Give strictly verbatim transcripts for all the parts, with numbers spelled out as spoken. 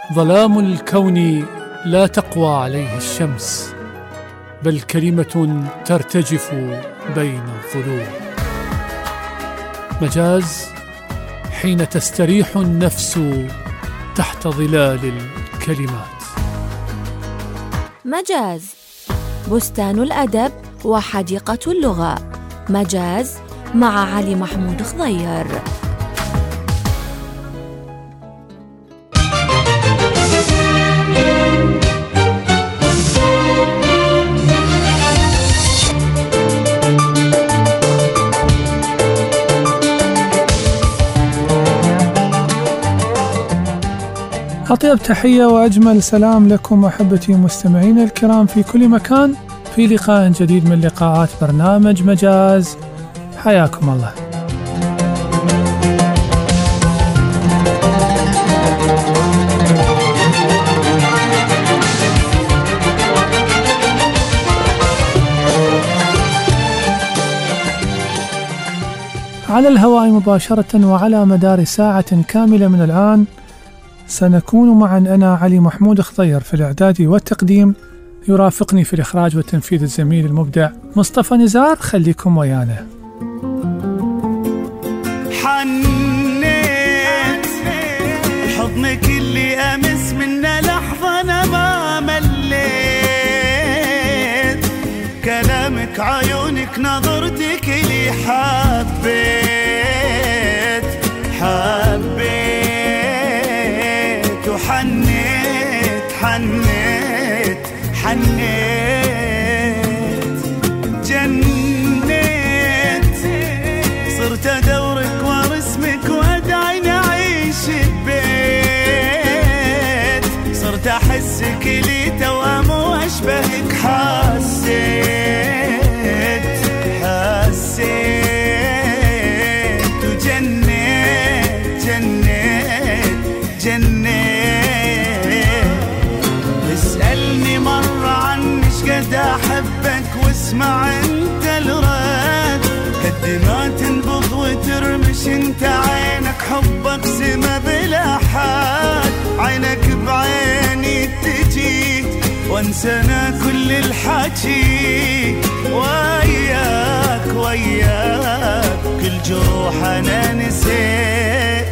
ظلام الكون لا تقوى عليه الشمس، بل كلمة ترتجف بين الظلوم. مجاز حين تستريح النفس تحت ظلال الكلمات. مجاز بستان الأدب وحديقة اللغة. مجاز مع علي محمود خضير. أطيب تحية وأجمل سلام لكم أحبتي مستمعين الكرام في كل مكان، في لقاء جديد من لقاءات برنامج مجاز. حياكم الله. على الهواء مباشرة وعلى مدار ساعة كاملة من الآن سنكون معا أنا علي محمود خضير في الإعداد والتقديم، يرافقني في الإخراج والتنفيذ الزميل المبدع مصطفى نزار. خليكم ويانا. حنيت حضنك اللي أمس منه لحظة أنا ما مليت، كلامك عيونك نظرتك اللي حبيت حبيت وحنيت حنيت حنيت جنيت، صرت أدورك ورسمك وأدعي نعيش ببيت، صرت أحسك لي توأم وأشبهك حسيت حسيت وجنيت جنيت جنيت. اسألني مرة عنك قد أحبك واسمع انت الرد، قد ما تنبض وترمش انت عينك حبك سما بلا حد، عينك بعيني تجي وانسانا كل الحكي، وياك وياك كل جروح انا نسيت.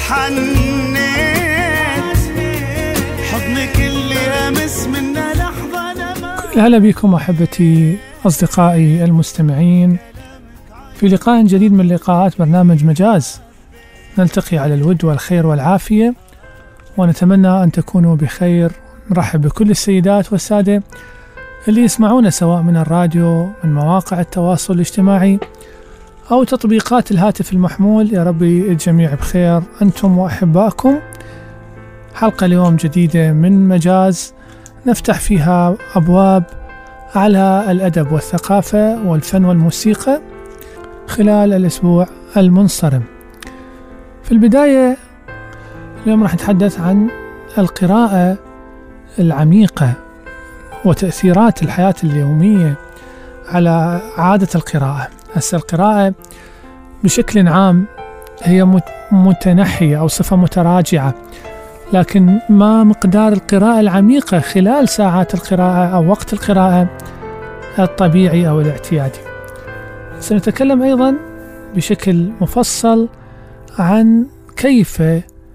حنيت حضنك اللي امس منه لحظه انا ما. كل هلا بكم احبتي اصدقائي المستمعين في لقاء جديد من لقاءات برنامج مجاز. نلتقي على الود والخير والعافيه، ونتمنى ان تكونوا بخير. نرحب بكل السيدات والساده اللي يسمعونا سواء من الراديو، من مواقع التواصل الاجتماعي أو تطبيقات الهاتف المحمول. يا ربي الجميع بخير أنتم وأحبائكم. حلقة اليوم جديدة من مجاز نفتح فيها أبواب على الأدب والثقافة والفن والموسيقى خلال الأسبوع المنصرم. في البداية اليوم راح نتحدث عن القراءة العميقة وتأثيرات الحياة اليومية على عادة القراءة. هسه القراءة بشكل عام هي متنحية أو صفة متراجعة، لكن ما مقدار القراءة العميقة خلال ساعات القراءة أو وقت القراءة الطبيعي أو الاعتيادي. سنتكلم أيضا بشكل مفصل عن كيف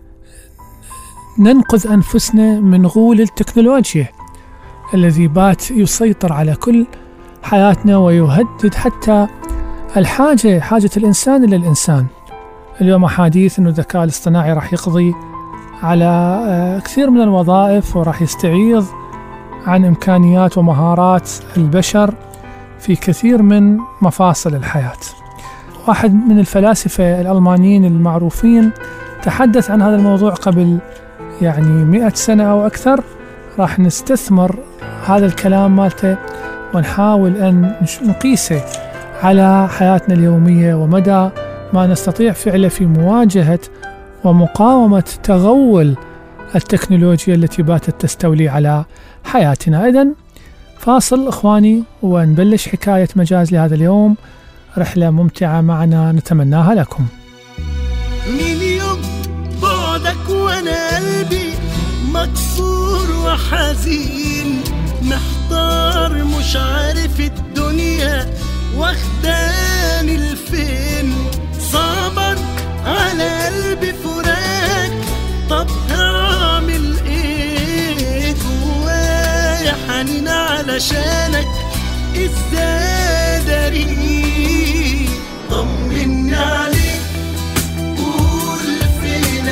ننقذ أنفسنا من غول التكنولوجيا الذي بات يسيطر على كل حياتنا ويهدد حتى الحاجة حاجة الإنسان إلى الإنسان. اليوم أحاديث أنه الذكاء الاصطناعي راح يقضي على كثير من الوظائف وراح يستعيض عن إمكانيات ومهارات البشر في كثير من مفاصل الحياة. واحد من الفلاسفة الألمانيين المعروفين تحدث عن هذا الموضوع قبل يعني مئة سنة أو أكثر. راح نستثمر هذا الكلام مالته ونحاول أن نقيسه على حياتنا اليومية ومدى ما نستطيع فعله في مواجهة ومقاومة تغول التكنولوجيا التي باتت تستولي على حياتنا. إذن فاصل إخواني ونبلش حكاية مجاز لهذا اليوم، رحلة ممتعة معنا نتمناها لكم. من يوم بعدك وانا قلبي ما مكسور وحزين محتار مش عارف الدنيا واخداني لفين. صعبا على قلبي فراق، طب هعمل ايه؟ جوايا حنين علشانك ازاي داري؟ طمني عليك قول فين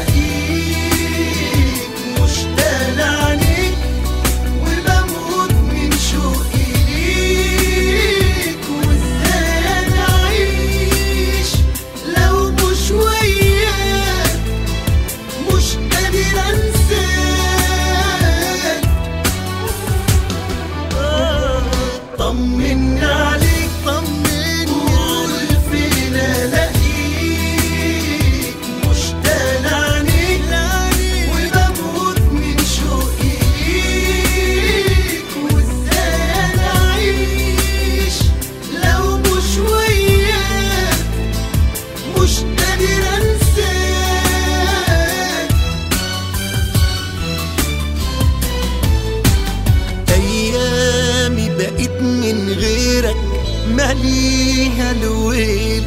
الاقيك، مشتاق لعينيك وبموت من شوقي ليك. وازاي انا اعيش لو مش وياك، مش قادر انساك. آه، طمني عليك طمني قول فين الاقيك، مشتاق لعينيك وبموت من شوقي ليك. وازاي انا اعيش لو مش وياك، مش قادر انساك. ايامي بقيت من غيرك ماليها الويل،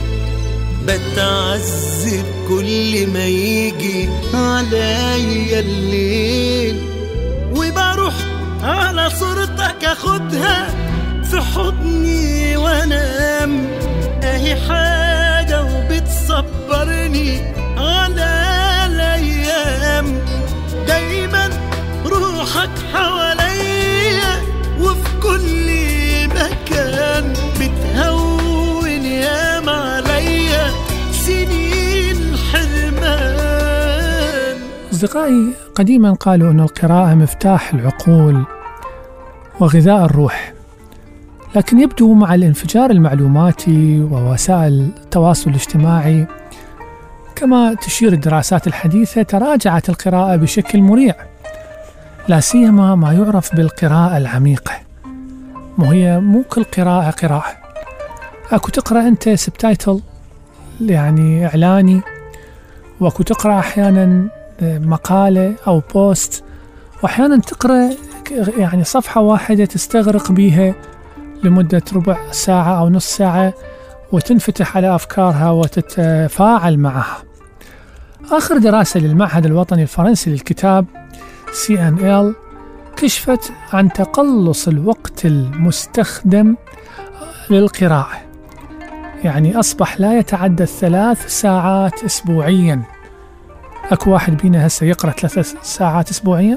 بتعذب كل ما يجي عليا الليل. وبروح على صورتك اخدها في حضني وانام، اهي حاجة وبتصبرني على الايام. دايما روحك حواليا وفي كل مكان، بتهون ياما عليا سنين حرمان. أصدقائي، قديما قالوا أن القراءة مفتاح العقول وغذاء الروح، لكن يبدو مع الانفجار المعلوماتي ووسائل التواصل الاجتماعي كما تشير الدراسات الحديثة تراجعت القراءة بشكل مريع، لا سيما ما يعرف بالقراءة العميقة. وهي مو كل قراءة قراءة، أكو تقرأ أنت سبتايتل يعني إعلاني، وأكو تقرأ أحيانا مقالة أو بوست، وأحيانا تقرأ يعني صفحة واحدة تستغرق بيها لمدة ربع ساعة أو نص ساعة وتنفتح على أفكارها وتتفاعل معها. آخر دراسة للمعهد الوطني الفرنسي للكتاب سي إن إل كشفت عن تقلص الوقت المستخدم للقراءة، يعني أصبح لا يتعدى ثلاث ساعات أسبوعيا. أكو واحد بينا هسه يقرأ ثلاث ساعات أسبوعيا؟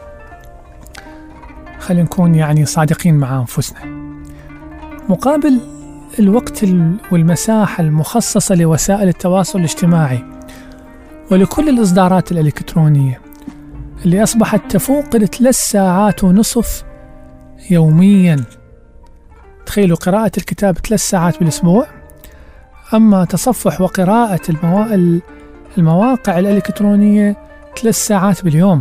خلينا نكون يعني صادقين مع أنفسنا، مقابل الوقت والمساحة المخصصة لوسائل التواصل الاجتماعي ولكل الإصدارات الإلكترونية اللي أصبحت تفوق الثلاث ساعات ونصف يوميا. تخيلوا قراءة الكتاب ثلاث ساعات بالأسبوع، أما تصفح وقراءة الموا... المواقع الإلكترونية ثلاث ساعات باليوم.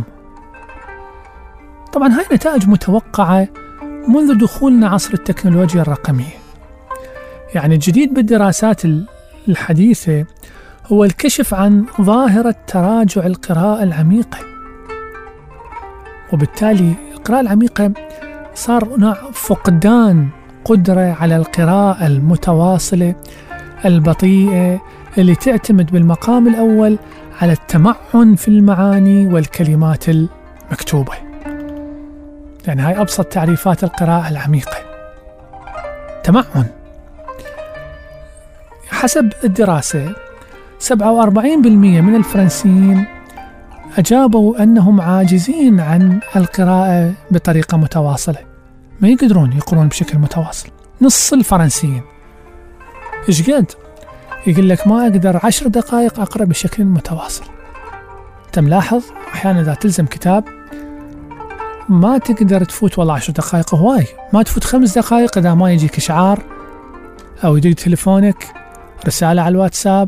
طبعا هاي نتائج متوقعة منذ دخولنا عصر التكنولوجيا الرقمية. يعني الجديد بالدراسات الحديثة هو الكشف عن ظاهرة تراجع القراءة العميقة، وبالتالي القراءة العميقة صار نوع فقدان قدرة على القراءة المتواصلة البطيئة اللي تعتمد بالمقام الأول على التمعن في المعاني والكلمات المكتوبة. يعني هاي أبسط تعريفات القراءة العميقة، تمعن. حسب الدراسة سبعة وأربعين بالمئة من الفرنسيين أجابوا أنهم عاجزين عن القراءة بطريقة متواصلة، ما يقدرون يقرون بشكل متواصل. نص الفرنسيين. إيش قد؟ يقول لك ما أقدر عشر دقائق أقرأ بشكل متواصل. أنت ملاحظ أحيانا إذا تلزم كتاب ما تقدر تفوت والله عشر دقائق، هواي ما تفوت خمس دقائق إذا ما يجيك إشعار أو يدق تليفونك، رسالة على الواتساب،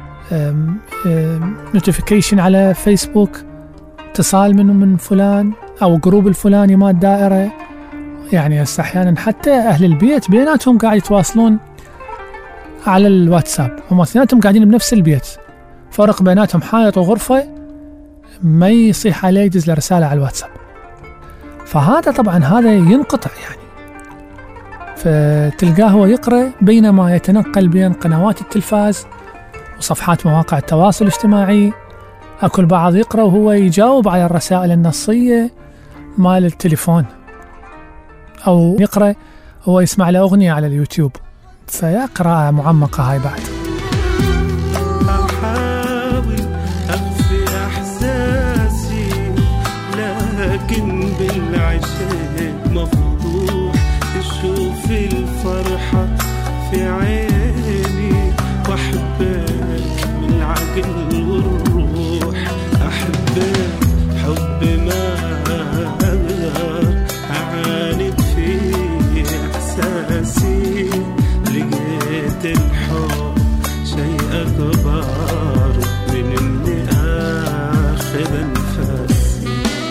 نوتيفيكيشن على فيسبوك، اتصال منه من فلان أو جروب الفلاني ما الدائرة. يعني أحيانا حتى أهل البيت بيناتهم قاعد يتواصلون على الواتساب، هم اثنيناتهم قاعدين بنفس البيت، فرق بيناتهم حائط وغرفة، ما يصيح عليه يدز له رسالة على الواتساب. فهذا طبعا هذا ينقطع يعني، فتلقاه هو يقرأ بينما يتنقل بين قنوات التلفاز وصفحات مواقع التواصل الاجتماعي. أكل بعض يقرأ وهو يجاوب على الرسائل النصية مال التليفون، أو يقرأ هو يسمع له أغنية على اليوتيوب. فيا قراءة معمقة هاي بعد. أحاول أخفي إحساسي لكن بالعشق مفضوح، تشوف الفرحة في عيني وأحبك من العقل والروح. أحبك حب ما أقدر أعاند فيه إحساسي، لقيت الحب شيء أكبر من إني آخذ أنفاسي.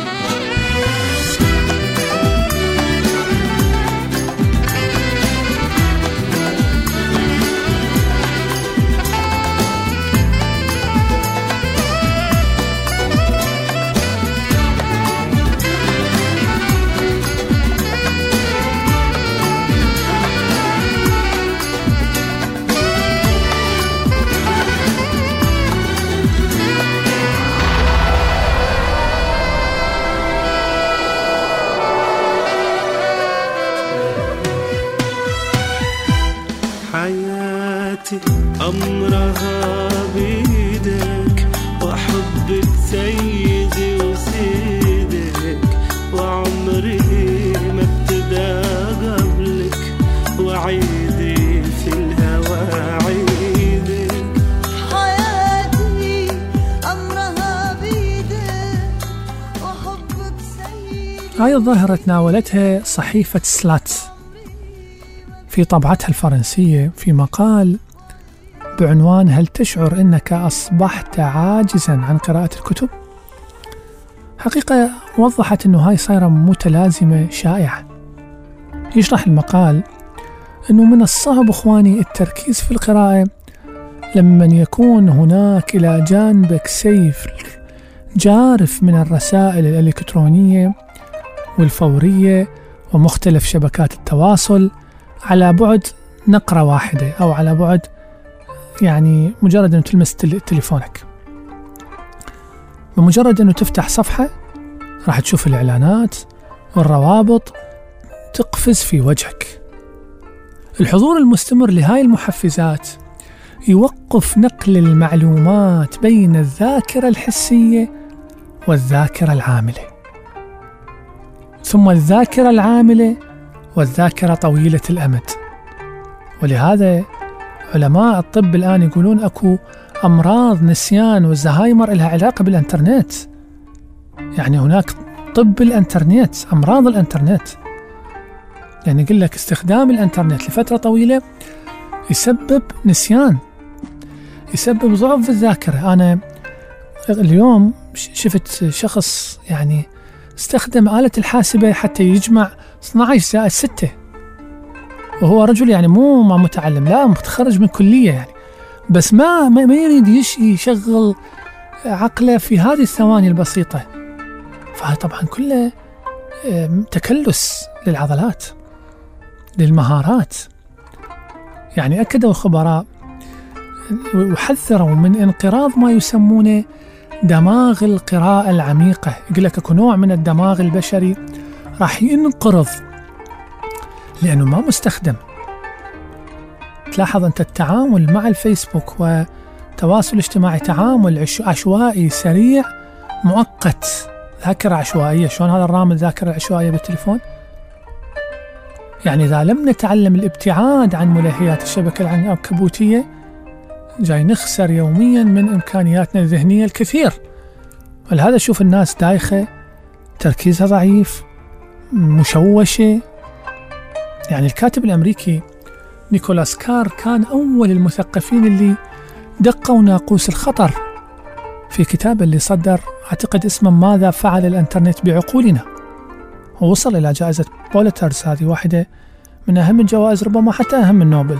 حياتي أمرها بيدك، وأحبك سيدي وسيدك، وعمري ما ابتدى قبلك، وعيدي في الهوى عيدك. حياتي أمرها بيدك وحبك سيدي. هاي الظاهرة تناولتها صحيفة سلات في طبعتها الفرنسية في مقال بعنوان هل تشعر أنك أصبحت عاجزا عن قراءة الكتب؟ حقيقة وضحت أنه هاي صايرة متلازمة شائعة. يشرح المقال أنه من الصعب أخواني التركيز في القراءة لمن يكون هناك إلى جانبك سيف جارف من الرسائل الإلكترونية والفورية ومختلف شبكات التواصل على بعد نقرة واحدة، أو على بعد يعني مجرد أنه تلمس تليفونك. بمجرد أنه تفتح صفحة راح تشوف الإعلانات والروابط تقفز في وجهك. الحضور المستمر لهاي المحفزات يوقف نقل المعلومات بين الذاكرة الحسية والذاكرة العاملة، ثم الذاكرة العاملة والذاكرة طويلة الأمد. ولهذا علماء الطب الآن يقولون أكو أمراض نسيان والزهايمر لها علاقة بالإنترنت. يعني هناك طب الإنترنت، أمراض الإنترنت، يعني يقول لك استخدام الإنترنت لفترة طويلة يسبب نسيان، يسبب ضعف في الذاكرة. أنا اليوم شفت شخص يعني استخدم آلة الحاسبة حتى يجمع اثنا عشر زائد ستة، وهو رجل يعني مو ما متعلم، لا متخرج من كلية يعني، بس ما ما يريد يشغل عقله في هذه الثواني البسيطة. فطبعا كله تكلس للعضلات للمهارات. يعني أكدوا الخبراء وحذروا من انقراض ما يسمونه دماغ القراءة العميقة. يقول لك اكو نوع من الدماغ البشري راح ينقرض لأنه ما مستخدم. تلاحظ أنت التعامل مع الفيسبوك والتواصل الاجتماعي تعامل عشوائي سريع مؤقت، ذاكرة عشوائية. شلون هذا الرام الذاكرة العشوائية بالتليفون؟ يعني إذا لم نتعلم الابتعاد عن ملهيات الشبكة العنكبوتية جاي نخسر يوميا من إمكانياتنا الذهنية الكثير. ولهذا شوف الناس دايخة، تركيزها ضعيف، مشوشة. يعني الكاتب الأمريكي نيكولاس كار كان أول المثقفين اللي دقوا ناقوس الخطر في كتابه اللي صدر أعتقد اسمه ماذا فعل الإنترنت بعقولنا، ووصل إلى جائزة بوليترز، هذه واحدة من أهم الجوائز ربما حتى أهم من نوبل.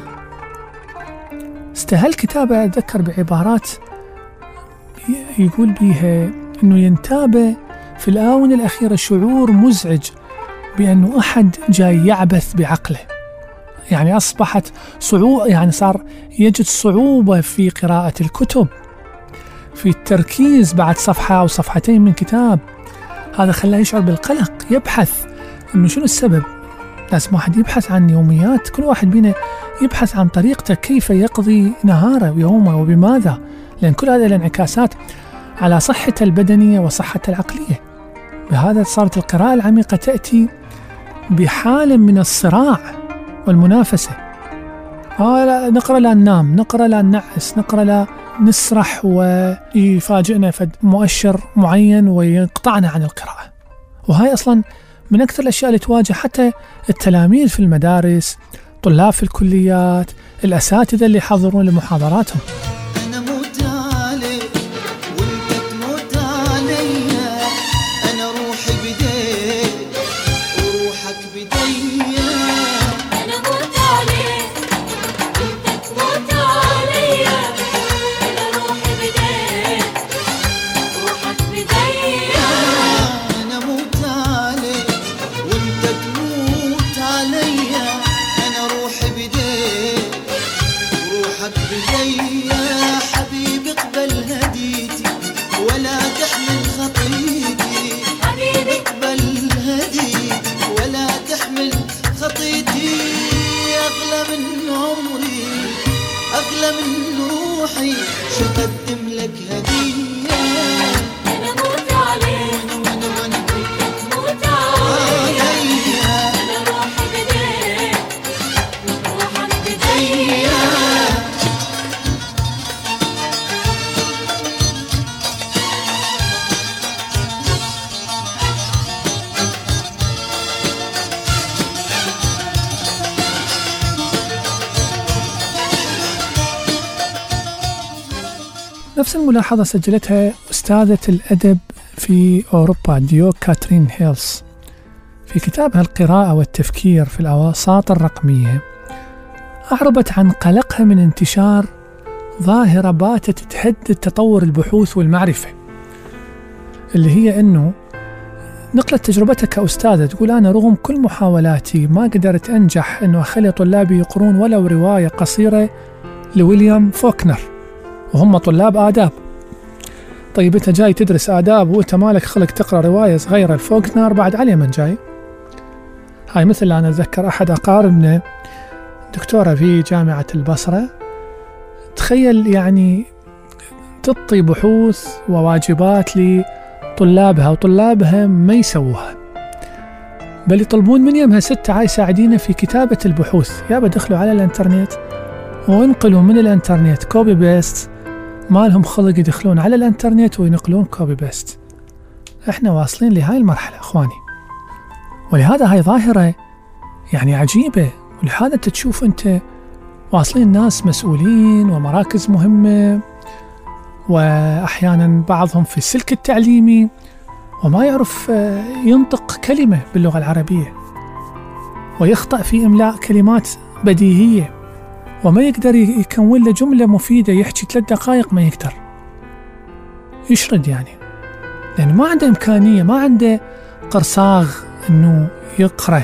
استهل كتابه أتذكر بعبارات يقول بيها أنه ينتابه في الآونة الأخيرة شعور مزعج بأنه أحد جاي يعبث بعقله. يعني أصبحت صعوبة، يعني صار يجد صعوبة في قراءة الكتب، في التركيز بعد صفحة أو صفحتين من كتاب. هذا خلاه يشعر بالقلق، يبحث إنه شنو السبب. لازم واحد يبحث عن يوميات، كل واحد بينا يبحث عن طريقته كيف يقضي نهاره ويومه وبماذا، لأن كل هذه الانعكاسات على صحته البدنية وصحته العقلية. بهذا صارت القراءة العميقة تأتي بحالة من الصراع والمنافسة. آه لا نقرأ لا ننام، نقرأ لا ننعس، نقرأ لا نسرح ويفاجئنا فد مؤشر معين ويقطعنا عن القراءة. وهاي أصلا من أكثر الأشياء اللي تواجه حتى التلاميذ في المدارس، طلاب في الكليات، الأساتذة اللي يحضرون لمحاضراتهم. أنا موت عليك وأنت تموت عليا، أنا روحي بديك وروحك بديا. أنا موت عليك وأنت تموت عليا، أنا روحي بديك وروحك بديا. أنا موت عليك وأنت تموت عليا، أنا روحي بديك وروحك بديا. حبيبي اقبل هديتي ولا تحمل خطيتي، حبيبي اقبل هديتي ولا تحمل خطيتي. أغلى من عمري أغلى من روحي، شو قدم لك هدية. أنا موت عليك وأنا وأنا وأنت تموت عليا، عليا أنا روحي بديك وروحك بديا. نفس الملاحظة سجلتها أستاذة الأدب في أوروبا ديو كاترين هيلس في كتابها القراءة والتفكير في الأوساط الرقمية. أعربت عن قلقها من انتشار ظاهرة باتت تهدد تطور البحوث والمعرفة، اللي هي أنه نقلت تجربتها كأستاذة. تقول أنا رغم كل محاولاتي ما قدرت أنجح أنه أخلي طلابي يقرون ولو رواية قصيرة لويليام فوكنر وهم طلاب آداب. طيب أنت جاي تدرس آداب وأنت مالك خلق تقرأ رواية صغيرة لفوكنر بعد علي من جاي. هاي مثل أنا أتذكر أحد أقاربنا دكتورة في جامعة البصرة، تخيل يعني تعطي بحوث وواجبات لطلابها وطلابها ما يسووها، بل يطلبون من يمها ستة عاي يساعدينا في كتابة البحوث. يا بدخلوا على الانترنت وينقلوا من الانترنت كوبي بيست، ما لهم خلق يدخلون على الانترنت وينقلون كوبي بيست. احنا واصلين لهاي المرحلة اخواني، ولهذا هاي ظاهرة يعني عجيبة. ولهذا انت تشوف انت واصلين ناس مسؤولين ومراكز مهمة، واحيانا بعضهم في السلك التعليمي وما يعرف ينطق كلمة باللغة العربية، ويخطأ في إملاء كلمات بديهية، وما يقدر يكون له جملة مفيدة، يحكي ثلاث دقائق ما يقدر يشرد، يعني لأنه ما عنده إمكانية، ما عنده قرصاغ أنه يقرأ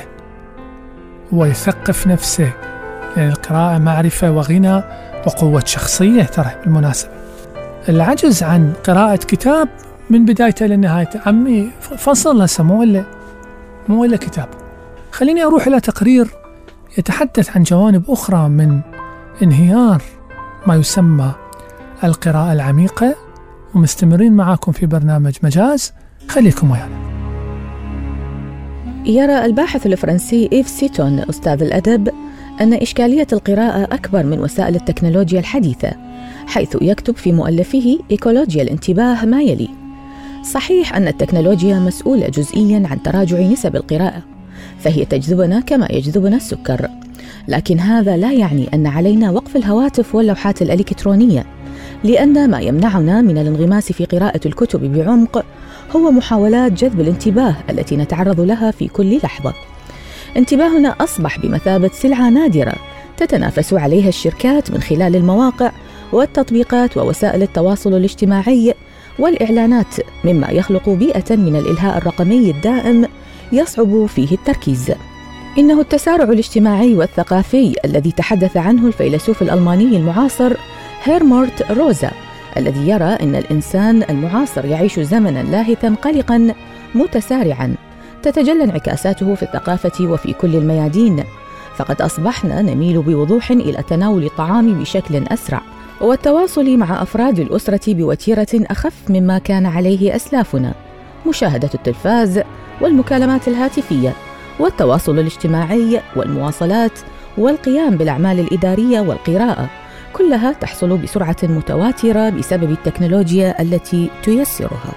ويثقف نفسه، لأن القراءة معرفة وغنى وقوة شخصية. ترى بالمناسبة العجز عن قراءة كتاب من بدايته لنهايته عمي فصل لسه مو إلا مو إلا كتاب. خليني أروح إلى تقرير يتحدث عن جوانب أخرى من انهيار ما يسمى القراءة العميقة، ومستمرين معاكم في برنامج مجاز. خليكم ويانا. يرى الباحث الفرنسي إيف سيتون أستاذ الأدب أن إشكالية القراءة أكبر من وسائل التكنولوجيا الحديثة، حيث يكتب في مؤلفه إيكولوجيا الانتباه ما يلي: صحيح أن التكنولوجيا مسؤولة جزئياً عن تراجع نسب القراءة، فهي تجذبنا كما يجذبنا السكر، لكن هذا لا يعني أن علينا وقف الهواتف واللوحات الإلكترونية، لأن ما يمنعنا من الانغماس في قراءة الكتب بعمق هو محاولات جذب الانتباه التي نتعرض لها في كل لحظة. انتباهنا أصبح بمثابة سلعة نادرة تتنافس عليها الشركات من خلال المواقع والتطبيقات ووسائل التواصل الاجتماعي والإعلانات، مما يخلق بيئة من الإلهاء الرقمي الدائم يصعب فيه التركيز. إنه التسارع الاجتماعي والثقافي الذي تحدث عنه الفيلسوف الألماني المعاصر هيرمورت روزا، الذي يرى أن الإنسان المعاصر يعيش زمناً لاهثاً قلقاً متسارعاً، تتجلى انعكاساته في الثقافة وفي كل الميادين، فقد أصبحنا نميل بوضوح إلى تناول الطعام بشكل أسرع والتواصل مع أفراد الأسرة بوتيرة أخف مما كان عليه أسلافنا، مشاهدة التلفاز والمكالمات الهاتفية والتواصل الاجتماعي والمواصلات والقيام بالأعمال الإدارية والقراءة، كلها تحصل بسرعة متواترة بسبب التكنولوجيا التي تيسرها.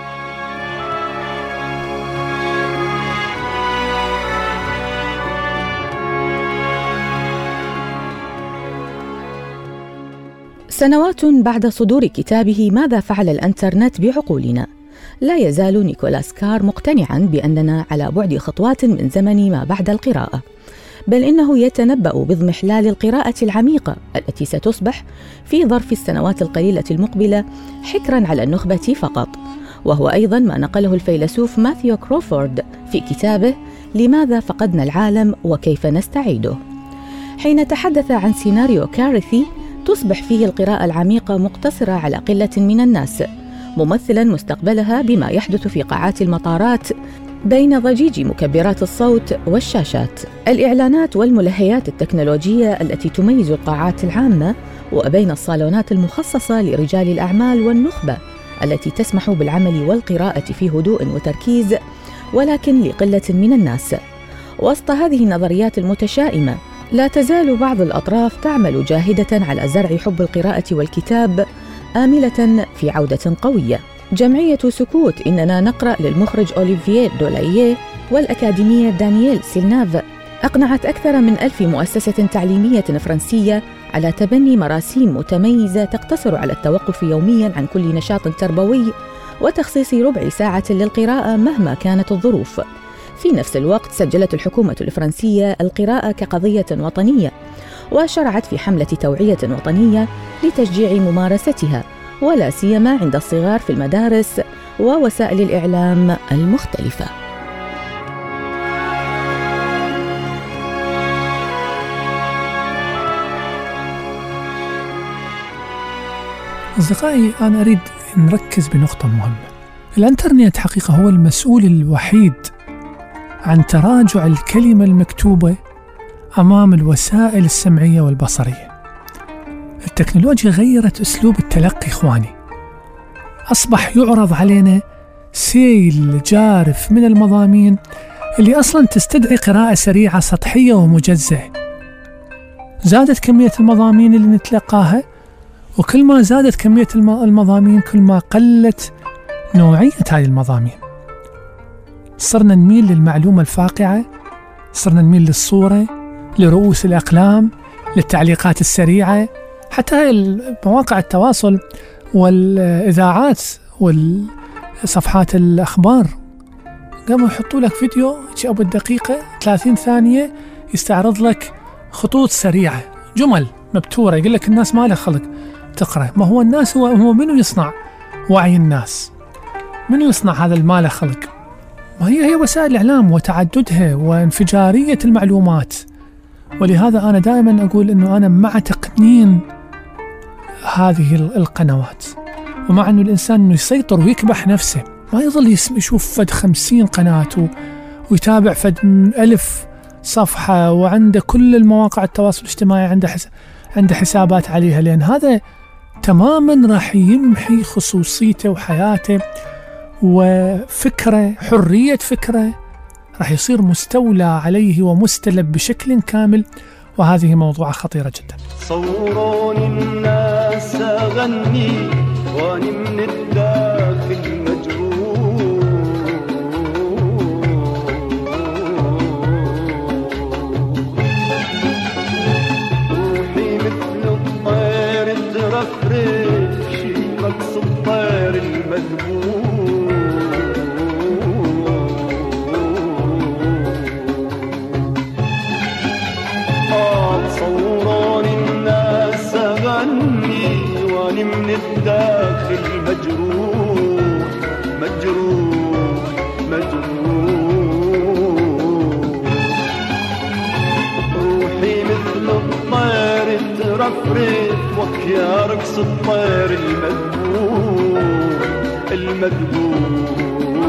سنوات بعد صدور كتابه ماذا فعل الإنترنت بعقولنا، لا يزال نيكولاس كار مقتنعاً بأننا على بعد خطوات من زمن ما بعد القراءة، بل إنه يتنبأ باضمحلال القراءة العميقة التي ستصبح في ظرف السنوات القليلة المقبلة حكراً على النخبة فقط، وهو أيضاً ما نقله الفيلسوف ماثيو كروفورد في كتابه لماذا فقدنا العالم وكيف نستعيده، حين تحدث عن سيناريو كارثي تصبح فيه القراءة العميقة مقتصرة على قلة من الناس، ممثلاً مستقبلها بما يحدث في قاعات المطارات بين ضجيج مكبرات الصوت والشاشات، الإعلانات والملهيات التكنولوجية التي تميز القاعات العامة، وبين الصالونات المخصصة لرجال الأعمال والنخبة التي تسمح بالعمل والقراءة في هدوء وتركيز ولكن لقلة من الناس. وسط هذه النظريات المتشائمة لا تزال بعض الأطراف تعمل جاهدة على زرع حب القراءة والكتاب، آملة في عودة قوية. جمعية سكوت إننا نقرأ للمخرج أوليفييه دولاييه والأكاديمية دانييل سيلناف أقنعت أكثر من ألف مؤسسة تعليمية فرنسية على تبني مراسيم متميزة تقتصر على التوقف يومياً عن كل نشاط تربوي وتخصيص ربع ساعة للقراءة مهما كانت الظروف. في نفس الوقت سجلت الحكومة الفرنسية القراءة كقضية وطنية وشرعت في حملة توعية وطنية لتشجيع ممارستها، ولا سيما عند الصغار في المدارس ووسائل الإعلام المختلفة. أصدقائي، أنا أريد نركز بنقطة مهمة. الإنترنت حقيقة هو المسؤول الوحيد عن تراجع الكلمة المكتوبة أمام الوسائل السمعية والبصرية. التكنولوجيا غيرت أسلوب التلقي إخواني، أصبح يعرض علينا سيل جارف من المضامين اللي أصلا تستدعي قراءة سريعة سطحية ومجزئة. زادت كمية المضامين اللي نتلقاها، وكل ما زادت كمية المضامين كل ما قلت نوعية هذه المضامين. صرنا نميل للمعلومة الفاقعة، صرنا نميل للصورة، لرؤوس الأقلام، للتعليقات السريعة. حتى مواقع التواصل والإذاعات والصفحات الأخبار قاموا يحطوا لك فيديو أبو الدقيقة ثلاثين ثانية يستعرض لك خطوط سريعة، جمل مبتورة، يقول لك الناس ما له خلق تقرأ. ما هو الناس هو, هو منو يصنع وعي الناس؟ منو يصنع هذا المال له خلق؟ ما هي هي وسائل الإعلام وتعددها وانفجارية المعلومات. ولهذا أنا دائما أقول أنه أنا مع تقنين هذه القنوات، ومع أنه الإنسان أنه يسيطر ويكبح نفسه، ما يظل يشوف فد خمسين قناة ويتابع فد ألف صفحة وعنده كل المواقع التواصل الاجتماعي عنده حس... عنده حسابات عليها، لأن هذا تماما راح يمحي خصوصيته وحياته وفكرة، حرية فكرة راح يصير مستولى عليه ومستلب بشكل كامل، وهذه موضوع خطيرة جدا. صورون الناس أغني وأني من الداخل مجروح، روحي مثل الطير ترفرف شي رقص الطير المذبوح. صورون الناس أغني وأني من الداخل مجروح، يا رقص الطير المذبوح المذبوح.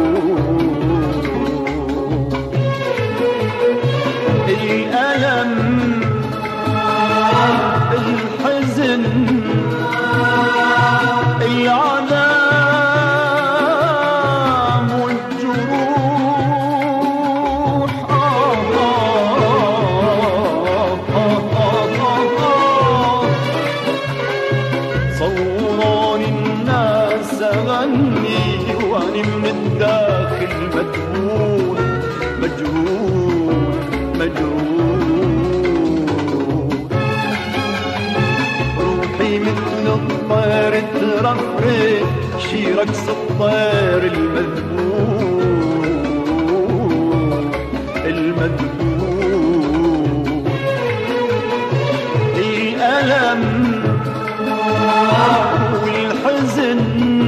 الألم الحزن العذاب والجروح صوروني الناس أغني وأني من الداخل مذبوح مجروح مجروح. روحي مثل الطير ترفرف شي رقص الطير المذبوح المذبوح. الألم والحزن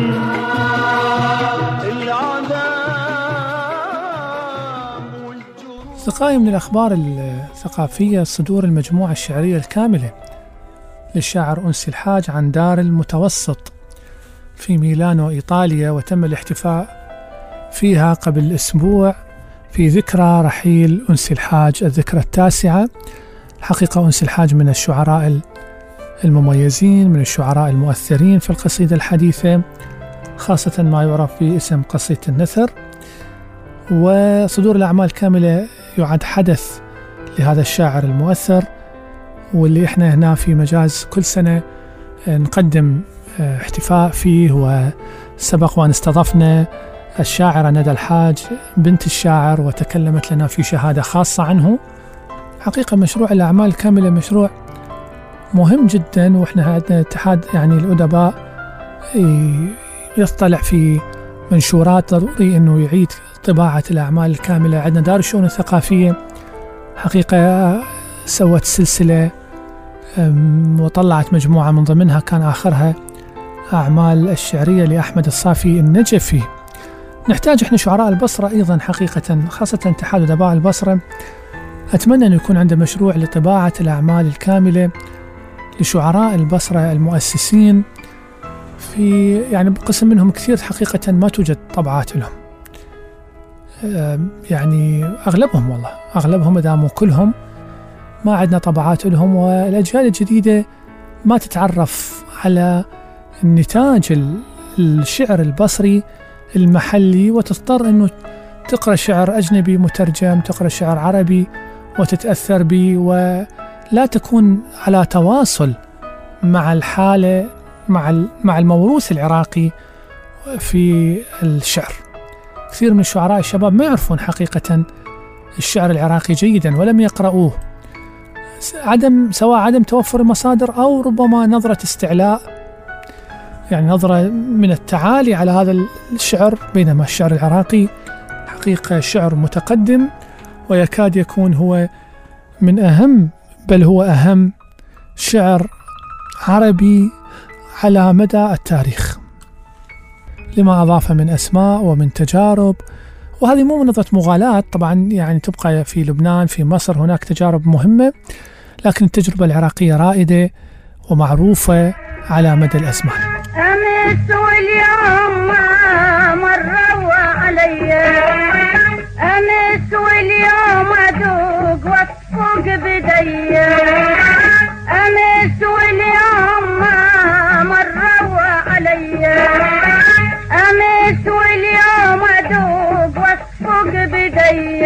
العذاب والجروح. أصدقائي، من الأخبار الثقافية صدور المجموعة الشعرية الكاملة للشاعر أنسي الحاج عن دار المتوسط في ميلانو إيطاليا، وتم الاحتفاء فيها قبل أسبوع في ذكرى رحيل أنسي الحاج، الذكرى التاسعة. حقيقة أنسي الحاج من الشعراء المميزين، من الشعراء المؤثرين في القصيدة الحديثة، خاصة ما يعرف باسم قصيدة النثر. وصدور الأعمال الكاملة يعد حدث لهذا الشاعر المؤثر، واللي احنا هنا في مجاز كل سنة نقدم احتفاء فيه. وسبق وأن استضفنا الشاعرة ندى الحاج بنت الشاعر وتكلمت لنا في شهادة خاصة عنه. حقيقة مشروع الأعمال الكاملة مشروع مهم جدا، وإحنا عندنا اتحاد يعني الأدباء يطلع في منشورات، ضروري أنه يعيد طباعة الأعمال الكاملة. عندنا دار الشؤون الثقافية حقيقة سوت سلسلة وطلعت مجموعة من ضمنها كان آخرها أعمال الشعرية لأحمد الصافي النجفي. نحتاج إحنا شعراء البصرة أيضا حقيقة، خاصة اتحاد أدباء البصرة، أتمنى أن يكون عنده مشروع لطباعة الأعمال الكاملة لشعراء البصرة المؤسسين، في يعني قسم منهم كثير حقيقة ما توجد طبعات لهم، يعني أغلبهم والله أغلبهم إذا مو كلهم ما عندنا طبعات لهم. والأجيال الجديدة ما تتعرف على النتاج الشعر البصري المحلي، وتضطر أنه تقرأ شعر أجنبي مترجم، تقرأ شعر عربي وتتأثر به، ولا تكون على تواصل مع الحالة مع مع الموروث العراقي في الشعر. كثير من الشعراء الشباب ما يعرفون حقيقة الشعر العراقي جيدا ولم يقرأوه، عدم سواء عدم توفر المصادر أو ربما نظرة استعلاء، يعني نظرة من التعالي على هذا الشعر، بينما الشعر العراقي حقيقة شعر متقدم ويكاد يكون هو من أهم بل هو أهم شعر عربي على مدى التاريخ، لما أضاف من أسماء ومن تجارب. وهذه مو من نظرة مغالاة طبعا، يعني تبقى في لبنان في مصر هناك تجارب مهمة، لكن التجربة العراقية رائدة ومعروفة على مدى الأزمان. أمس واليوم ما مروا علي، أمس واليوم أذوق وأصفق بدي، أمس واليوم ما مروا علي، أمس واليوم أذوق وأصفق بدي،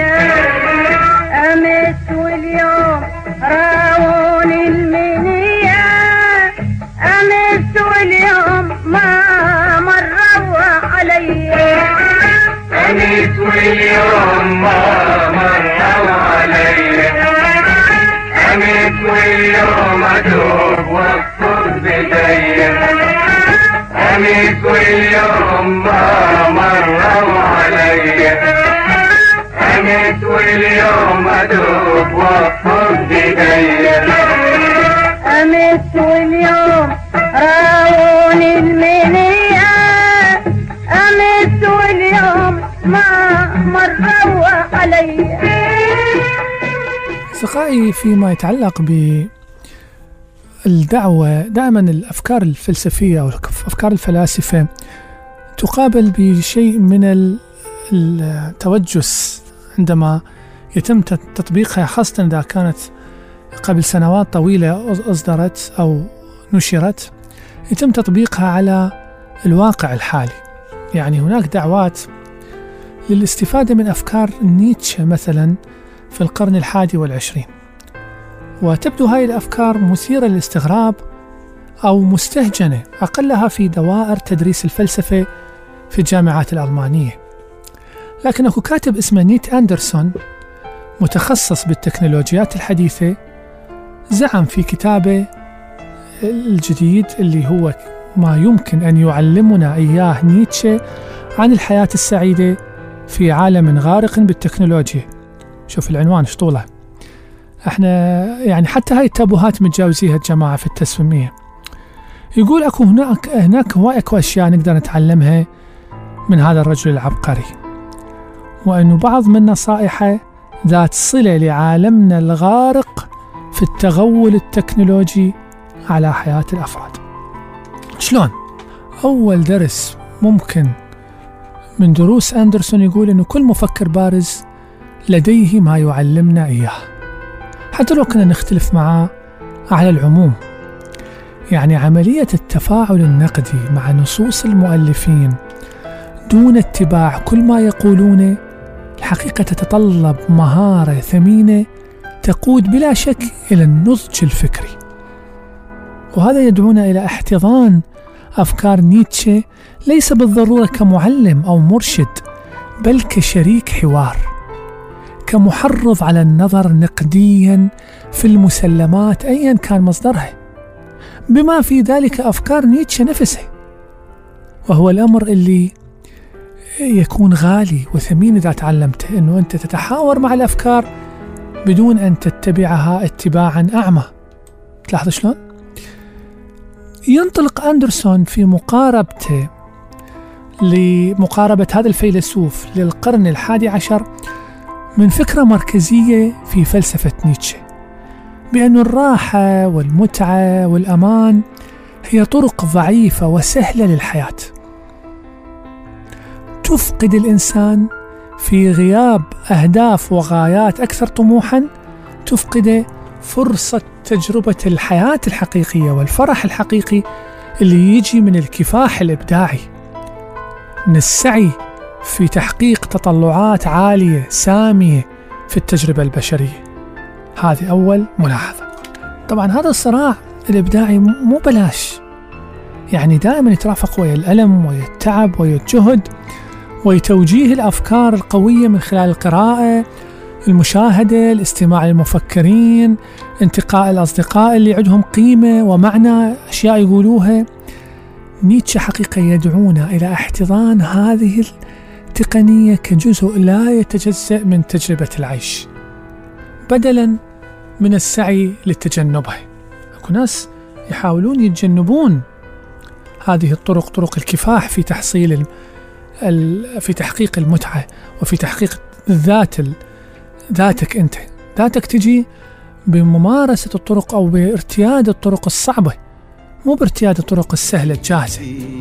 أمس واليوم راوني المنية، أمس واليوم ما مروا علي، أمس واليوم ما مروا علي، أمس واليوم أذوق وأصفق بدي، أمس واليوم ما مروا علي، أمس واليوم أذوق وأصفق بدي، أمس واليوم راوني المنية، أمس واليوم ما مروا علي. أصدقائي، فيما يتعلق الدعوة دائما الأفكار الفلسفية أو أفكار الفلاسفة تقابل بشيء من التوجس عندما يتم تطبيقها، خاصة إذا كانت قبل سنوات طويلة أصدرت أو نشرت، يتم تطبيقها على الواقع الحالي. يعني هناك دعوات للاستفادة من أفكار نيتشه مثلا في القرن الحادي والعشرين، وتبدو هاي الأفكار مثيرة للاستغراب أو مستهجنة أقلها في دوائر تدريس الفلسفة في الجامعات الألمانية. لكن أكو كاتب اسمه نيت أندرسون متخصص بالتكنولوجيات الحديثة زعم في كتابه الجديد اللي هو ما يمكن أن يعلمنا إياه نيتشه عن الحياة السعيدة في عالم غارق بالتكنولوجيا. شوف العنوان شطولة، احنا يعني حتى هاي التابوهات متجاوزيها الجماعة في التسويمية. يقول أكو هناك هناك هواي أكو أشياء نقدر نتعلمها من هذا الرجل العبقري، وأنه بعض من نصائحه ذات صلة لعالمنا الغارق في التغول التكنولوجي على حياة الأفراد. شلون؟ أول درس ممكن من دروس أندرسون يقول أنه كل مفكر بارز لديه ما يعلمنا إياه، حتى لو كنا نختلف معه على العموم. يعني عملية التفاعل النقدي مع نصوص المؤلفين دون اتباع كل ما يقولونه الحقيقة تتطلب مهارة ثمينة تقود بلا شك إلى النضج الفكري، وهذا يدعونا إلى احتضان أفكار نيتشه ليس بالضرورة كمعلم أو مرشد، بل كشريك حوار، كمحرض على النظر نقديا في المسلمات أيا كان مصدرها، بما في ذلك أفكار نيتشه نفسه. وهو الأمر اللي يكون غالي وثمين إذا تعلمته، أنه أنت تتحاور مع الأفكار بدون أن تتبعها اتباعا أعمى. تلاحظ شلون؟ ينطلق أندرسون في مقاربته لمقاربة هذا الفيلسوف للقرن الحادي عشر من فكرة مركزية في فلسفة نيتشه، بأن الراحة والمتعة والأمان هي طرق ضعيفة وسهلة للحياة، تفقد الإنسان في غياب أهداف وغايات أكثر طموحا، تفقد فرصة تجربة الحياة الحقيقية والفرح الحقيقي اللي يجي من الكفاح الإبداعي، من السعي في تحقيق تطلعات عالية سامية في التجربة البشرية. هذه أول ملاحظة. طبعا هذا الصراع الإبداعي مو بلاش، يعني دائما يترافق ويا الألم ويا التعب ويا الجهد ويتوجيه الأفكار القوية من خلال القراءة، المشاهدة، الاستماع للمفكرين، انتقاء الأصدقاء اللي عندهم قيمة ومعنى أشياء يقولوها. نيتشه حقيقة يدعونا إلى احتضان هذه التقنية كجزء لا يتجزأ من تجربة العيش، بدلا من السعي لتجنبها. أكو ناس يحاولون يتجنبون هذه الطرق، طرق الكفاح في تحصيل في تحقيق المتعة وفي تحقيق الذات، ذاتك أنت. ذاتك تجي بممارسة الطرق أو بارتياد الطرق الصعبة، مو بارتياد الطرق السهلة الجاهزة.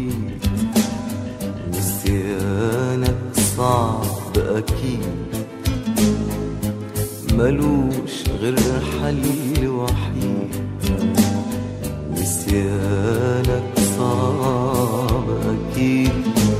نسيانك صعب أكيد، ملوش غير حل وحيد. نسيانك صعب أكيد،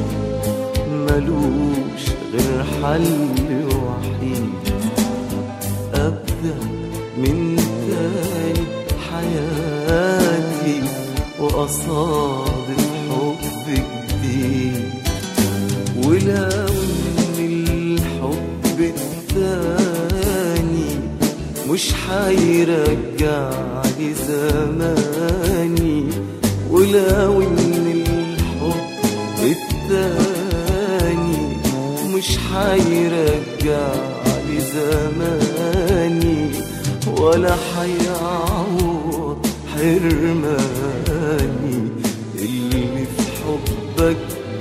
ملوش غير حل وحيد. أبدأ من تاني حياتي وأصادف حب جديد، ولو إن الحب التاني مش حيرجع لي زماني، ولو إن الحب التاني مش حيرجع لي زماني، ولا حيعوض حرماني. اللي في حبك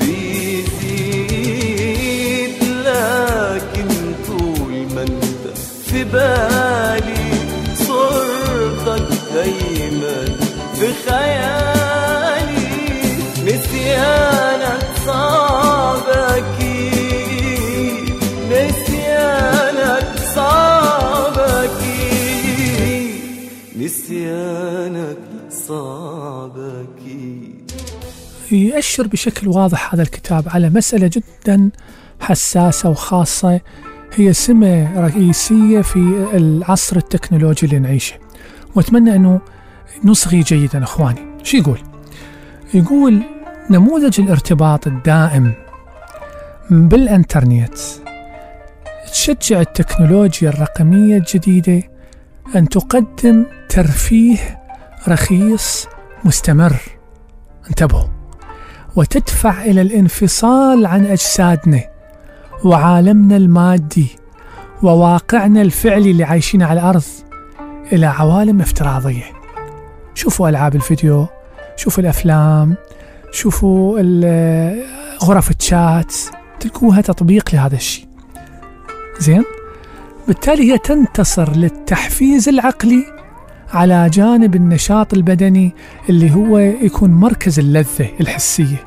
بيزيد، لكن طول ما انت في بالي صورتك دايما زمانك صعب أكيد. يؤشر بشكل واضح هذا الكتاب على مسألة جدا حساسة وخاصة، هي سمة رئيسية في العصر التكنولوجي اللي نعيشه، وأتمنى أنه نصغي جيدا أخواني. شو يقول؟ يقول نموذج الارتباط الدائم بالإنترنت تشجع التكنولوجيا الرقمية الجديدة أن تقدم ترفيه رخيص مستمر، انتبهوا، وتدفع إلى الانفصال عن أجسادنا وعالمنا المادي وواقعنا الفعلي اللي عايشين على الأرض إلى عوالم افتراضية. شوفوا ألعاب الفيديو، شوفوا الأفلام، شوفوا غرف الشات، تلقوها تطبيق لهذا الشيء. زين؟ بالتالي هي تنتصر للتحفيز العقلي على جانب النشاط البدني اللي هو يكون مركز اللذة الحسية،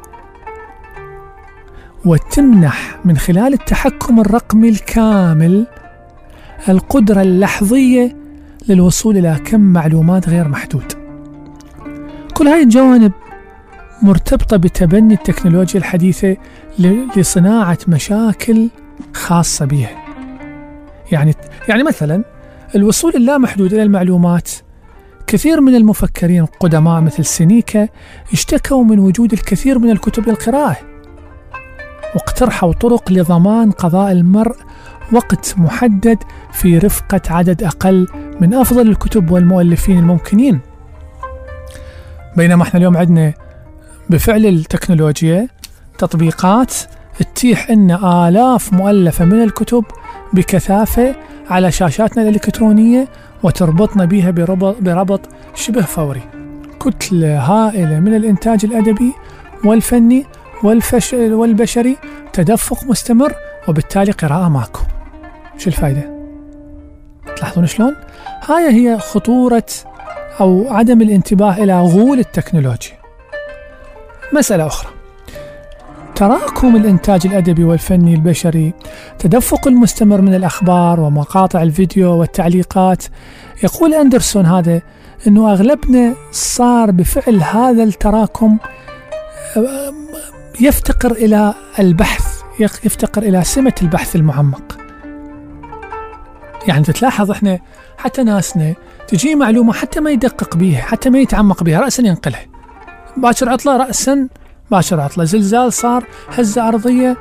وتمنح من خلال التحكم الرقمي الكامل القدرة اللحظية للوصول إلى كم معلومات غير محدود. كل هاي الجوانب مرتبطة بتبني التكنولوجيا الحديثة لصناعة مشاكل خاصة بها. يعني يعني مثلا الوصول اللامحدود إلى المعلومات. كثير من المفكرين القدماء مثل سينيكا اشتكوا من وجود الكثير من الكتب للقراءة، واقترحوا طرق لضمان قضاء المرء وقت محدد في رفقة عدد أقل من أفضل الكتب والمؤلفين الممكنين. بينما احنا اليوم عندنا بفعل التكنولوجيا تطبيقات تتيح لنا آلاف مؤلفة من الكتب بكثافة على شاشاتنا الإلكترونية، وتربطنا بها بربط, بربط شبه فوري. كتلة هائلة من الإنتاج الأدبي والفني والبشري، تدفق مستمر، وبالتالي قراءة ماكو. شو الفائدة؟ تلاحظون شلون؟ هاي هي خطورة أو عدم الانتباه إلى غول التكنولوجيا. مسألة أخرى، تراكم الإنتاج الأدبي والفني البشري، تدفق المستمر من الأخبار ومقاطع الفيديو والتعليقات. يقول أندرسون هذا أنه أغلبنا صار بفعل هذا التراكم يفتقر إلى البحث، يفتقر إلى سمة البحث المعمق. يعني تلاحظ إحنا حتى ناسنا تجي معلومة حتى ما يدقق بيها، حتى ما يتعمق بيها، رأسا ينقلها. باكر عطلة رأسا باكر عطلة، زلزال صار، هزة أرضية،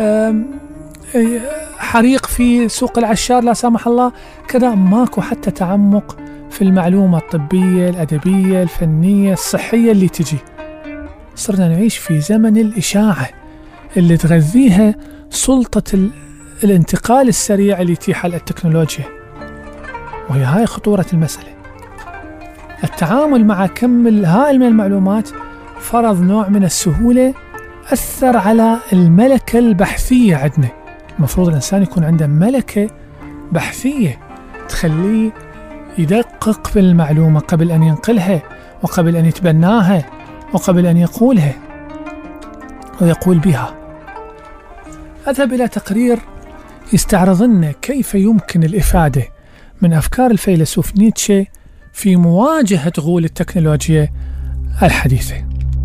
حريق في سوق العشار لا سامح الله، كذا. ماكو حتى تعمق في المعلومة الطبية الأدبية الفنية الصحية اللي تجي. صرنا نعيش في زمن الإشاعة اللي تغذيها سلطة الانتقال السريع اللي يتيحها التكنولوجيا، وهي هاي خطورة المسألة. التعامل مع كم الهائل من المعلومات فرض نوع من السهولة أثر على الملكة البحثية عندنا. المفروض الإنسان يكون عنده ملكة بحثية تخليه يدقق في المعلومة قبل أن ينقلها، وقبل أن يتبناها، وقبل أن يقولها ويقول بها. أذهب إلى تقرير يستعرض لنا كيف يمكن الإفادة من أفكار الفيلسوف نيتشه في مواجهة غول التكنولوجيا الحديثة.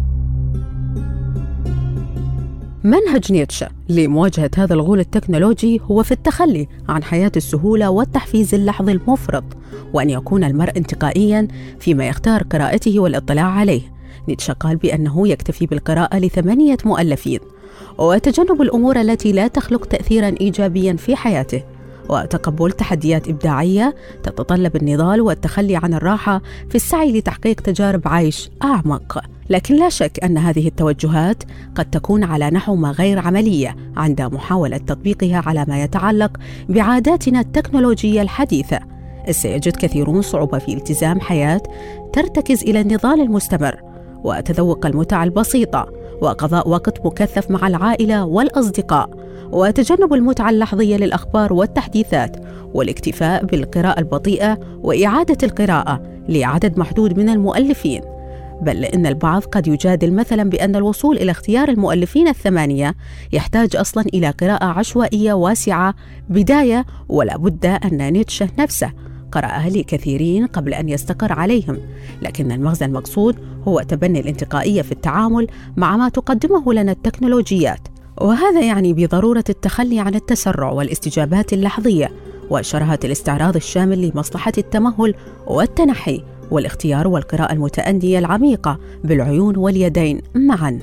منهج نيتشه لمواجهة هذا الغول التكنولوجي هو في التخلي عن حياة السهولة والتحفيز اللحظي المفرط، وأن يكون المرء انتقائياً فيما يختار قراءته والاطلاع عليه. نيتشه قال بأنه يكتفي بالقراءة لثمانية مؤلفين، وتجنب الأمور التي لا تخلق تأثيراً إيجابياً في حياته، وتقبل تحديات إبداعية تتطلب النضال والتخلي عن الراحة في السعي لتحقيق تجارب عيش أعمق. لكن لا شك أن هذه التوجهات قد تكون على نحو ما غير عملية عند محاولة تطبيقها على ما يتعلق بعاداتنا التكنولوجية الحديثة. سيجد كثيرون صعوبة في التزام حياة ترتكز إلى النضال المستمر وتذوق المتع البسيطة وقضاء وقت مكثف مع العائلة والأصدقاء، وتجنب المتعة اللحظية للأخبار والتحديثات، والاكتفاء بالقراءة البطيئة وإعادة القراءة لعدد محدود من المؤلفين. بل إن البعض قد يجادل مثلا بأن الوصول إلى اختيار المؤلفين الثمانية يحتاج أصلا إلى قراءة عشوائية واسعة بداية، ولا بد أن نيتشه نفسه قرأها لكثيرين قبل أن يستقر عليهم، لكن المغزى المقصود هو تبني الانتقائية في التعامل مع ما تقدمه لنا التكنولوجيات، وهذا يعني بضرورة التخلي عن التسرع والاستجابات اللحظية وشراهة الاستعراض الشامل لمصلحة التمهل والتنحي والاختيار والقراءة المتأنية العميقة بالعيون واليدين معاً.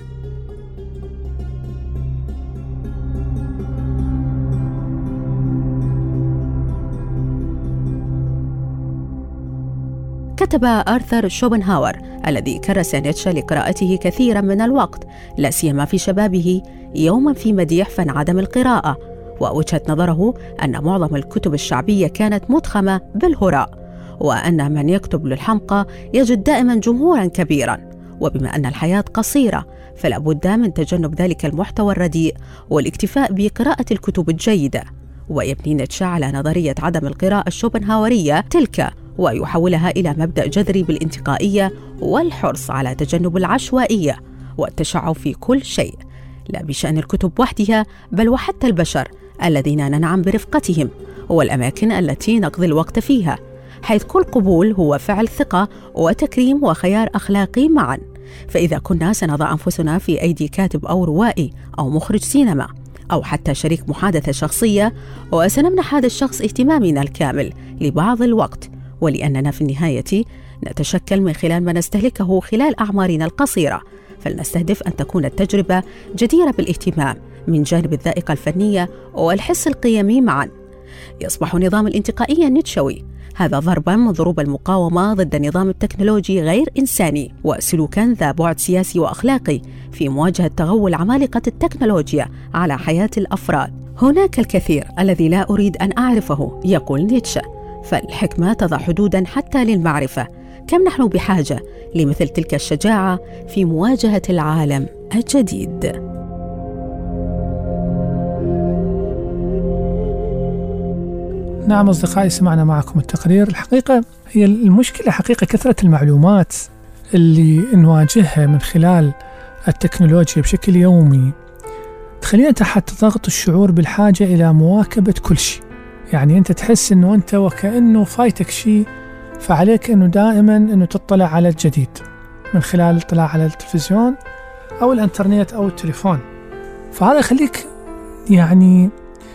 كتب آرثر شوبنهاور الذي كرس نيتشه لقراءته كثيرا من الوقت لا سيما في شبابه يوما في مديح فن عدم القراءة، ووجهة نظره أن معظم الكتب الشعبية كانت مضخمة بالهراء، وأن من يكتب للحمقى يجد دائما جمهورا كبيرا، وبما أن الحياة قصيرة فلا بد من تجنب ذلك المحتوى الرديء والاكتفاء بقراءة الكتب الجيدة. ويبني نيتشه على نظرية عدم القراءة الشوبنهاورية تلك ويحولها إلى مبدأ جذري بالانتقائية والحرص على تجنب العشوائية والتشعب في كل شيء، لا بشأن الكتب وحدها بل وحتى البشر الذين ننعم برفقتهم والأماكن التي نقضي الوقت فيها، حيث كل قبول هو فعل ثقة وتكريم وخيار أخلاقي معا. فإذا كنا سنضع أنفسنا في أيدي كاتب أو روائي أو مخرج سينما أو حتى شريك محادثة شخصية، وسنمنح هذا الشخص اهتمامنا الكامل لبعض الوقت، ولأننا في النهاية نتشكل من خلال ما نستهلكه خلال أعمارنا القصيرة، فلنستهدف أن تكون التجربة جديرة بالاهتمام من جانب الذائقة الفنية والحس القيمي معا. يصبح نظام الانتقائية النيتشوي هذا ضربا من ضروب المقاومة ضد النظام التكنولوجي غير إنساني، وسلوكا ذا بعد سياسي وأخلاقي في مواجهة تغول عمالقة التكنولوجيا على حياة الأفراد. هناك الكثير الذي لا أريد أن أعرفه، يقول نيتشه، فالحكمة تضع حدودا حتى للمعرفة. كم نحن بحاجة لمثل تلك الشجاعة في مواجهة العالم الجديد. نعم أصدقائي، سمعنا معكم التقرير. الحقيقة هي المشكلة حقيقة كثرة المعلومات اللي نواجهها من خلال التكنولوجيا بشكل يومي تخلينا تحت ضغط الشعور بالحاجة إلى مواكبة كل شيء. يعني أنت تحس أنه أنت وكأنه فايتك شيء، فعليك أنه دائما أنه تطلع على الجديد من خلال الاطلاع على التلفزيون أو الانترنت أو التليفون. فهذا يخليك يعني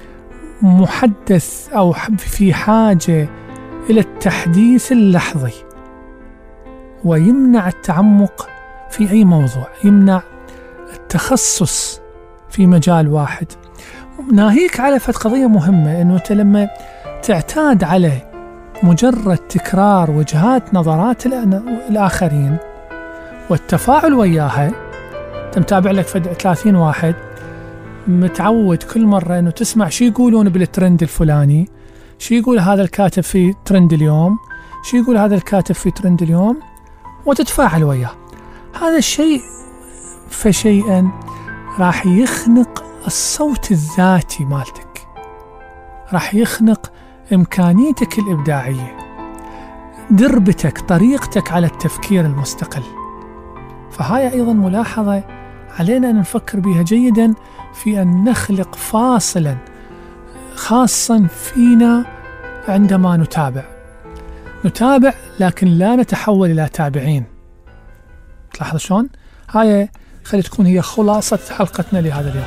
محدث أو في حاجة إلى التحديث اللحظي، ويمنع التعمق في أي موضوع، يمنع التخصص في مجال واحد. ناهيك على فت قضية مهمة، أنه أنت لما تعتاد على مجرد تكرار وجهات نظرات الآخرين والتفاعل وياها، تمتابع لك فد ثلاثين واحد متعود كل مرة أنه تسمع شي يقولون بالترند الفلاني، شي يقول هذا الكاتب في ترند اليوم، شي يقول هذا الكاتب في ترند اليوم، وتتفاعل وياه. هذا الشيء فشيئا راح يخنق الصوت الذاتي مالتك، راح يخنق إمكانيتك الإبداعية، دربتك، طريقتك على التفكير المستقل. فهاي أيضا ملاحظة علينا أن نفكر بها جيدا في أن نخلق فاصلا خاصا فينا عندما نتابع نتابع لكن لا نتحول إلى تابعين. تلاحظ شلون؟ هاي خلي تكون هي خلاصة حلقتنا لهذا اليوم.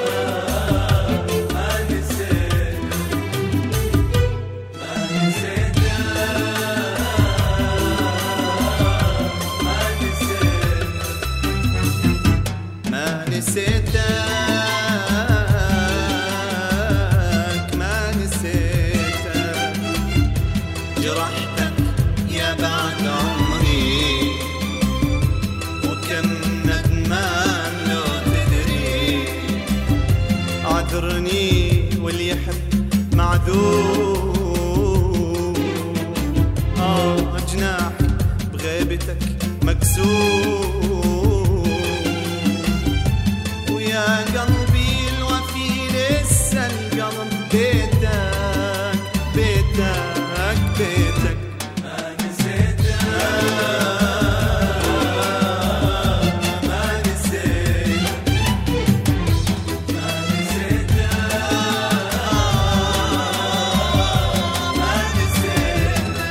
واللي يحب معذور، آه جناحي بغيبتك مكسور، ويا قلبي الوفي لسه القلب بيتك بيتك بيتك ما نسيتك ما نسيتك ما نسيتك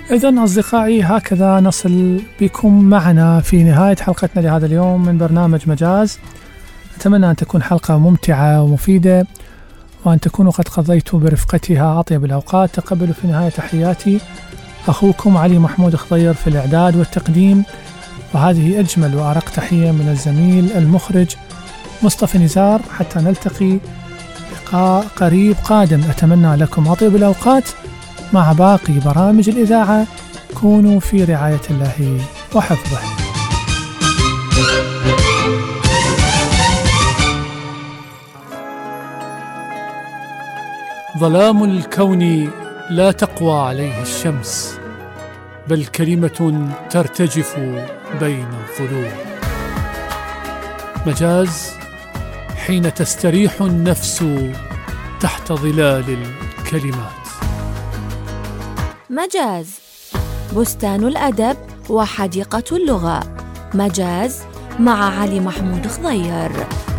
إذن أصدقائي هكذا نصل بكم معنا في نهاية حلقتنا لهذا اليوم من برنامج مجاز. أتمنى أن تكون حلقة ممتعة ومفيدة، وأن تكونوا قد قضيتوا برفقتها أطيب الأوقات. تقبلوا في نهاية تحياتي أخوكم علي محمود خضير في الإعداد والتقديم، وهذه أجمل وأرق تحية من الزميل المخرج مصطفى نزار. حتى نلتقي لقاء قريب قادم، أتمنى لكم أطيب الأوقات مع باقي برامج الإذاعة. كونوا في رعاية الله وحفظه. ظلام الكون لا تقوى عليه الشمس، بل كلمة ترتجف بين الظلوم. مجاز حين تستريح النفس تحت ظلال الكلمات. مجاز، بستان الأدب وحديقة اللغة. مجاز مع علي محمود خضير.